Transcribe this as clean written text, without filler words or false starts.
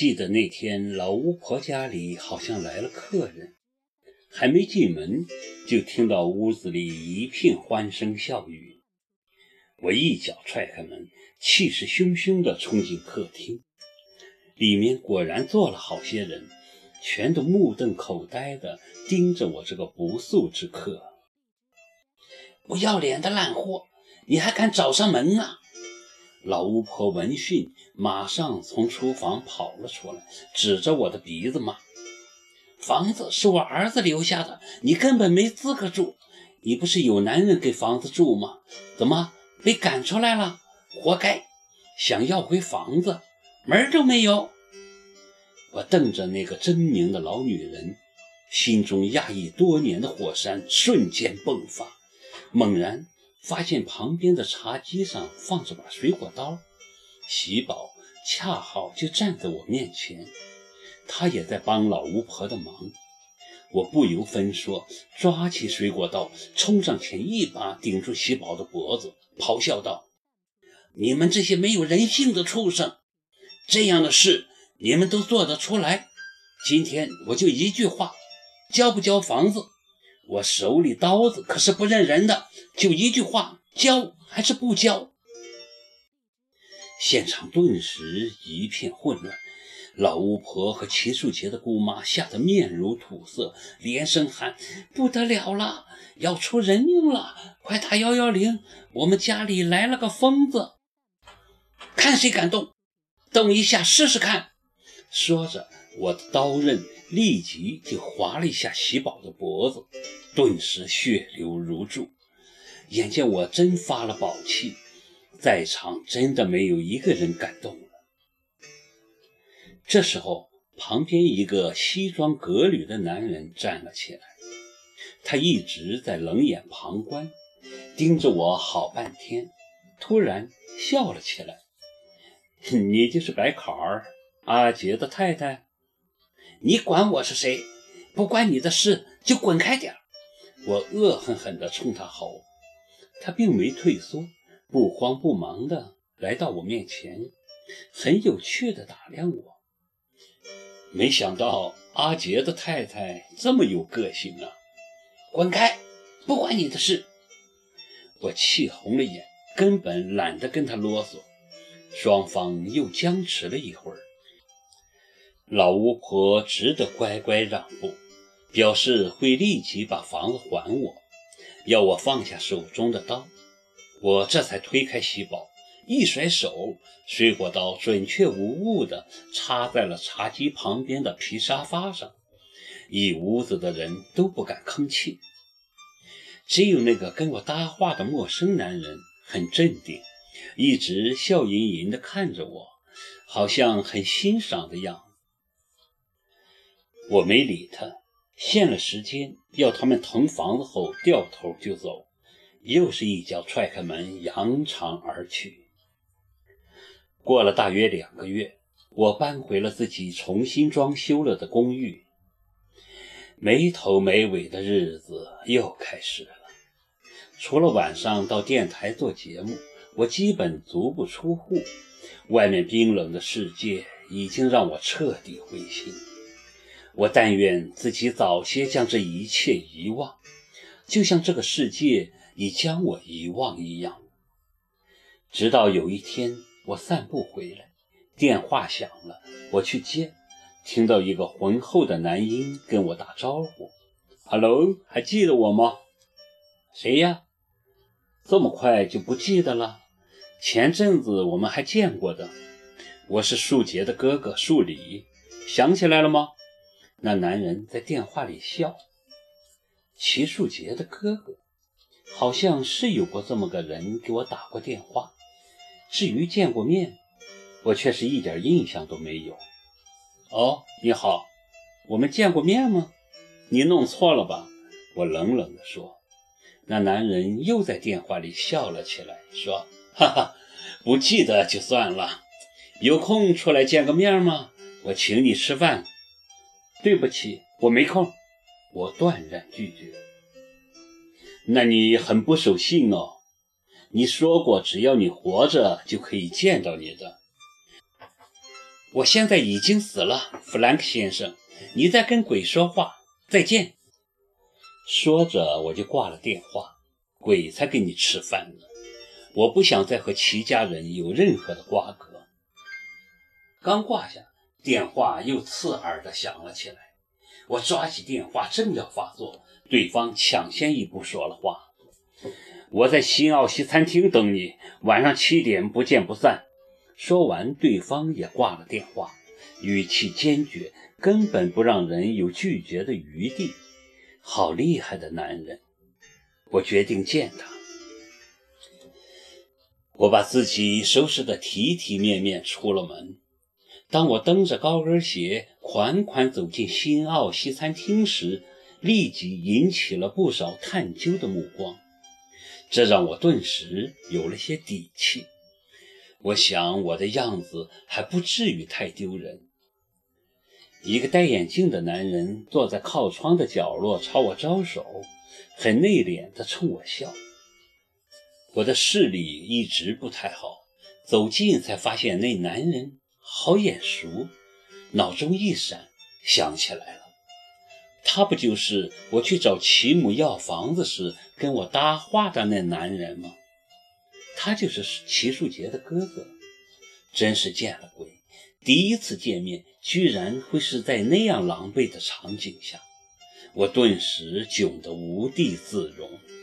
记得那天老巫婆家里好像来了客人，还没进门就听到屋子里一片欢声笑语。我一脚踹开门，气势汹汹地冲进客厅，里面果然坐了好些人，全都目瞪口呆地盯着我这个不速之客。不要脸的烂货，你还敢找上门啊！老巫婆闻讯马上从厨房跑了出来，指着我的鼻子骂：房子是我儿子留下的，你根本没资格住，你不是有男人给房子住吗？怎么被赶出来了？活该，想要回房子门都没有。我瞪着那个狰狞的老女人，心中压抑多年的火山瞬间迸发，猛然发现旁边的茶几上放着把水果刀，喜宝恰好就站在我面前，他也在帮老巫婆的忙。我不由分说抓起水果刀，冲上前一把顶住喜宝的脖子，咆哮道：你们这些没有人性的畜生，这样的事你们都做得出来？今天我就一句话，交不交房子？我手里刀子可是不认人的，就一句话，交还是不交？现场顿时一片混乱，老巫婆和齐树杰的姑妈吓得面如土色，连声喊：不得了了，要出人命了，快打110，我们家里来了个疯子，看谁敢动，动一下试试看。说着，我的刀刃立即就划了一下喜宝的脖子，顿时血流如注。眼见我真发了宝气，在场真的没有一个人敢动了。这时候，旁边一个西装革履的男人站了起来，他一直在冷眼旁观，盯着我好半天，突然笑了起来：你就是白坎儿，阿杰的太太？你管我是谁？不关你的事就滚开点！我恶狠狠地冲他吼。他并没退缩，不慌不忙地来到我面前，很有趣地打量我。没想到阿杰的太太这么有个性啊！滚开，不关你的事！我气红了眼，根本懒得跟他啰嗦。双方又僵持了一会儿，老巫婆只得乖乖让步，表示会立即把房子还我，要我放下手中的刀。我这才推开喜宝，一甩手，水果刀准确无误地插在了茶几旁边的皮沙发上，一屋子的人都不敢吭气，只有那个跟我搭话的陌生男人很镇定，一直笑吟吟地看着我，好像很欣赏的样子。我没理他，限了时间，要他们腾房子后掉头就走，又是一脚踹开门，扬长而去。过了大约2个月，我搬回了自己重新装修了的公寓。没头没尾的日子又开始了。除了晚上到电台做节目，我基本足不出户，外面冰冷的世界已经让我彻底灰心。我但愿自己早些将这一切遗忘，就像这个世界已将我遗忘一样。直到有一天，我散步回来，电话响了，我去接，听到一个浑厚的男音跟我打招呼： Hello， 还记得我吗？谁呀？这么快就不记得了？前阵子我们还见过的，我是树杰的哥哥树里，想起来了吗？那男人在电话里笑。齐树杰的哥哥，好像是有过这么个人给我打过电话，至于见过面，我却是一点印象都没有。哦，你好，我们见过面吗？你弄错了吧？我冷冷地说。那男人又在电话里笑了起来，说：哈哈，不记得就算了，有空出来见个面吗？我请你吃饭。对不起，我没空，我断然拒绝。那你很不守信哦，你说过只要你活着就可以见到你的。 我现在已经死了，弗兰克先生，你在跟鬼说话，再见。说着我就挂了电话，鬼才给你吃饭呢，我不想再和齐家人有任何的瓜葛。刚挂下，电话又刺耳地响了起来，我抓起电话正要发作，对方抢先一步说了话：我在新奥西餐厅等你，晚上7点不见不散。说完，对方也挂了电话，语气坚决，根本不让人有拒绝的余地。好厉害的男人，我决定见他。我把自己收拾得体体面面出了门。当我蹬着高跟鞋款款走进新奥西餐厅时，立即引起了不少探究的目光，这让我顿时有了些底气。我想我的样子还不至于太丢人。一个戴眼镜的男人坐在靠窗的角落朝我招手，很内敛地冲我笑。我的视力一直不太好，走近才发现那男人好眼熟，脑中一闪，想起来了，他不就是我去找齐母要房子时跟我搭话的那男人吗？他就是齐树杰的哥哥。真是见了鬼，第一次见面居然会是在那样狼狈的场景下，我顿时窘得无地自容。